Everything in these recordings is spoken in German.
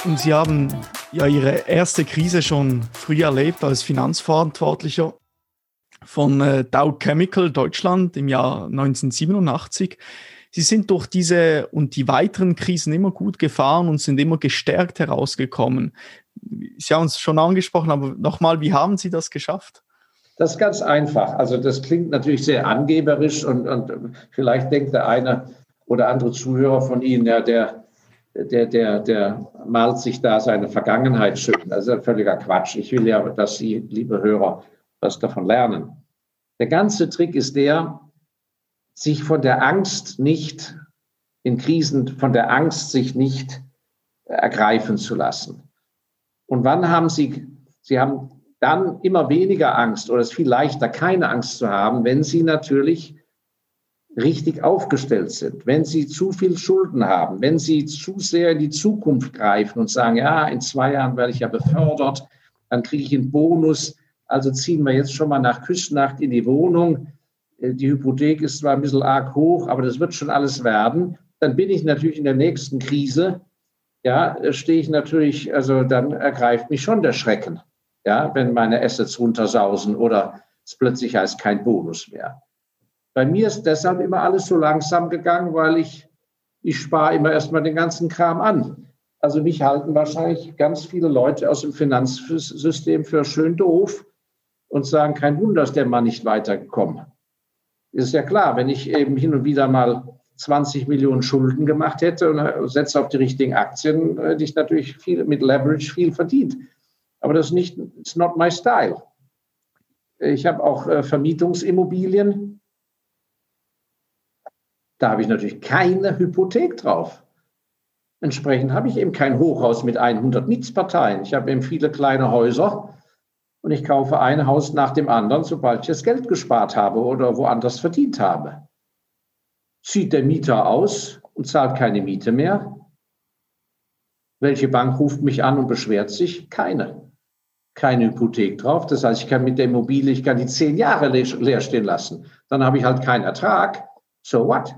Und Sie haben ja Ihre erste Krise schon früh erlebt als Finanzverantwortlicher von Dow Chemical Deutschland im Jahr 1987. Sie sind durch diese und die weiteren Krisen immer gut gefahren und sind immer gestärkt herausgekommen. Sie haben es schon angesprochen, aber nochmal, wie haben Sie das geschafft? Das ist ganz einfach. Also das klingt natürlich sehr angeberisch und vielleicht denkt der eine oder andere Zuhörer von Ihnen, ja, der malt sich da seine Vergangenheit schön. Das ist ja völliger Quatsch. Ich will ja, dass Sie, liebe Hörer, was davon lernen. Der ganze Trick ist der, sich von der Angst nicht in Krisen, von der Angst sich nicht ergreifen zu lassen. Und wann haben Sie haben dann immer weniger Angst oder es ist viel leichter, keine Angst zu haben, wenn Sie natürlich richtig aufgestellt sind, wenn Sie zu viel Schulden haben, wenn Sie zu sehr in die Zukunft greifen und sagen, ja, in 2 Jahren werde ich ja befördert, dann kriege ich einen Bonus, also ziehen wir jetzt schon mal nach Küsnacht in die Wohnung. Die Hypothek ist zwar ein bisschen arg hoch, aber das wird schon alles werden. Dann bin ich natürlich in der nächsten Krise, ja, stehe ich natürlich, also dann ergreift mich schon der Schrecken, ja, wenn meine Assets runtersausen oder es plötzlich heißt kein Bonus mehr. Bei mir ist deshalb immer alles so langsam gegangen, weil ich spare immer erstmal den ganzen Kram an. Also mich halten wahrscheinlich ganz viele Leute aus dem Finanzsystem für schön doof und sagen, kein Wunder, ist der Mann nicht weitergekommen. Ist ja klar, wenn ich eben hin und wieder mal 20 Millionen Schulden gemacht hätte und setze auf die richtigen Aktien, hätte ich natürlich viel mit Leverage viel verdient. Aber das ist nicht, it's not my style. Ich habe auch Vermietungsimmobilien. Da habe ich natürlich keine Hypothek drauf. Entsprechend habe ich eben kein Hochhaus mit 100 Mietsparteien. Ich habe eben viele kleine Häuser und ich kaufe ein Haus nach dem anderen, sobald ich das Geld gespart habe oder woanders verdient habe. Zieht der Mieter aus und zahlt keine Miete mehr? Welche Bank ruft mich an und beschwert sich? Keine. Keine Hypothek drauf. Das heißt, ich kann mit der Immobilie, ich kann die 10 Jahre leer stehen lassen. Dann habe ich halt keinen Ertrag. So what?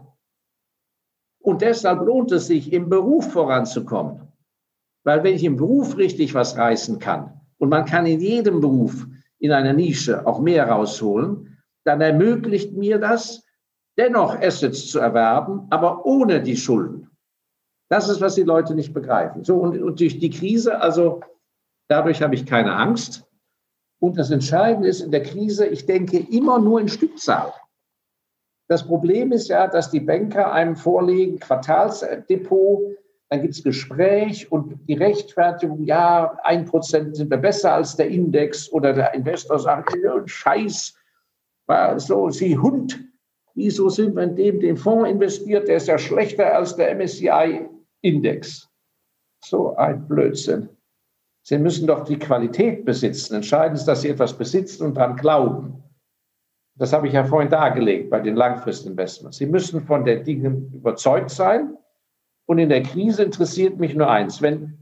Und deshalb lohnt es sich, im Beruf voranzukommen. Weil wenn ich im Beruf richtig was reißen kann und man kann in jedem Beruf in einer Nische auch mehr rausholen, dann ermöglicht mir das, dennoch Assets zu erwerben, aber ohne die Schulden. Das ist, was die Leute nicht begreifen. So, und durch die Krise, also dadurch habe ich keine Angst. Und das Entscheidende ist in der Krise, ich denke immer nur in Stückzahl. Das Problem ist ja, dass die Banker einem vorlegen, Quartalsdepot, dann gibt es Gespräch und die Rechtfertigung, ja, 1% sind wir besser als der Index oder der Investor sagt, ja, Scheiß, so, Sie Hund, wieso sind wir in den Fonds investiert, der ist ja schlechter als der MSCI-Index. So ein Blödsinn. Sie müssen doch die Qualität besitzen. Entscheidend ist, dass Sie etwas besitzen und daran glauben. Das habe ich ja vorhin dargelegt bei den Langfristinvestments. Sie müssen von den Dingen überzeugt sein. Und in der Krise interessiert mich nur eins.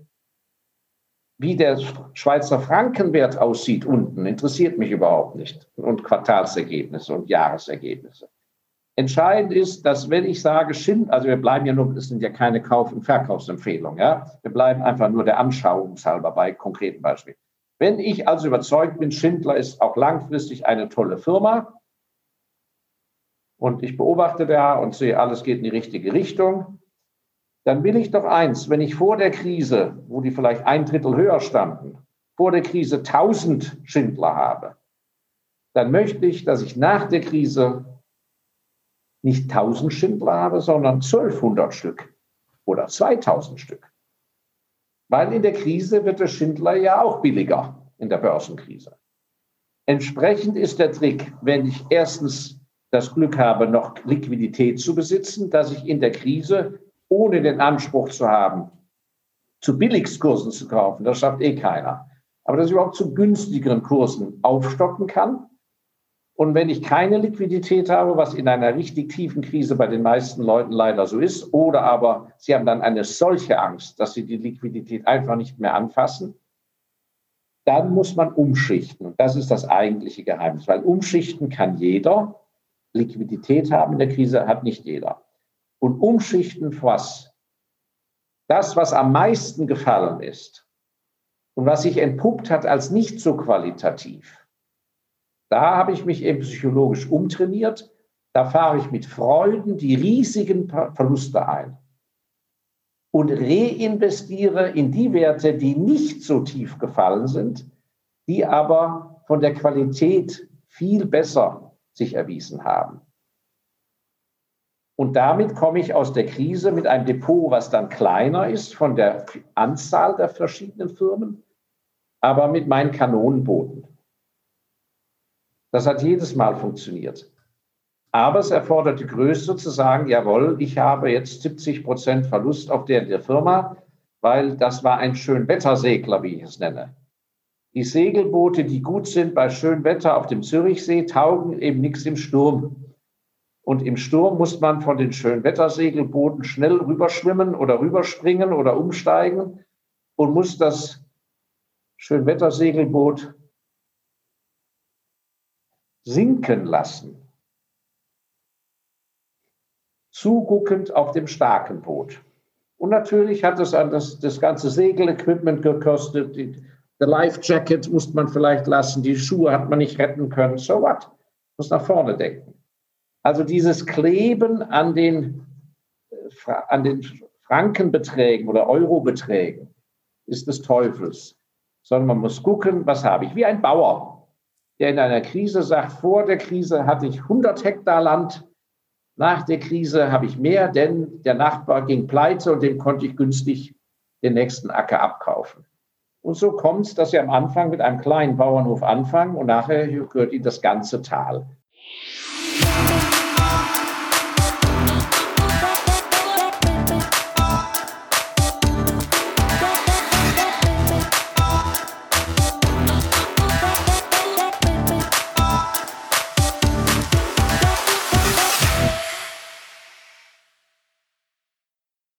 Wie der Schweizer Frankenwert aussieht unten, interessiert mich überhaupt nicht. Und Quartalsergebnisse und Jahresergebnisse. Entscheidend ist, dass wenn ich sage, also wir bleiben ja nur, es sind ja keine Kauf- und Verkaufsempfehlungen, ja. Wir bleiben einfach nur der Anschauungshalber bei konkreten Beispielen. Wenn ich also überzeugt bin, Schindler ist auch langfristig eine tolle Firma und ich beobachte da und sehe, alles geht in die richtige Richtung, dann will ich doch eins, wenn ich vor der Krise, wo die vielleicht 1/3 höher standen, vor der Krise 1000 Schindler habe, dann möchte ich, dass ich nach der Krise nicht 1000 Schindler habe, sondern 1200 Stück oder 2000 Stück. Weil in der Krise wird der Schindler ja auch billiger in der Börsenkrise. Entsprechend ist der Trick, wenn ich erstens das Glück habe, noch Liquidität zu besitzen, dass ich in der Krise, ohne den Anspruch zu haben, zu Billigkursen zu kaufen, das schafft eh keiner, aber dass ich überhaupt zu günstigeren Kursen aufstocken kann. Und wenn ich keine Liquidität habe, was in einer richtig tiefen Krise bei den meisten Leuten leider so ist, oder aber sie haben dann eine solche Angst, dass sie die Liquidität einfach nicht mehr anfassen, dann muss man umschichten. Das ist das eigentliche Geheimnis, weil umschichten kann jeder. Liquidität haben in der Krise hat nicht jeder. Und umschichten was? das, was am meisten gefallen ist und was sich entpuppt hat als nicht so qualitativ, da habe ich mich eben psychologisch umtrainiert. Da fahre ich mit Freuden die riesigen Verluste ein und reinvestiere in die Werte, die nicht so tief gefallen sind, die aber von der Qualität viel besser sich erwiesen haben. Und damit komme ich aus der Krise mit einem Depot, was dann kleiner ist von der Anzahl der verschiedenen Firmen, aber mit meinen Kanonenbooten. Das hat jedes Mal funktioniert. Aber es erfordert die Größe zu sagen, jawohl, ich habe jetzt 70% Verlust auf der Firma, weil das war ein Schönwettersegler, wie ich es nenne. Die Segelboote, die gut sind bei schönem Wetter auf dem Zürichsee, taugen eben nichts im Sturm. Und im Sturm muss man von den Schönwettersegelbooten schnell rüberschwimmen oder rüberspringen oder umsteigen und muss das Schönwettersegelboot sinken lassen, zuguckend auf dem starken Boot. Und natürlich hat es an das ganze Segelequipment gekostet. Der Life Jacket musste man vielleicht lassen, die Schuhe hat man nicht retten können. So what? Muss nach vorne denken. Also dieses Kleben an den Frankenbeträgen oder Eurobeträgen ist des Teufels. Sondern man muss gucken, was habe ich? Wie ein Bauer, der in einer Krise sagt, vor der Krise hatte ich 100 Hektar Land, nach der Krise habe ich mehr, denn der Nachbar ging pleite und dem konnte ich günstig den nächsten Acker abkaufen. Und so kommt es, dass Sie am Anfang mit einem kleinen Bauernhof anfangen und nachher gehört Ihnen das ganze Tal.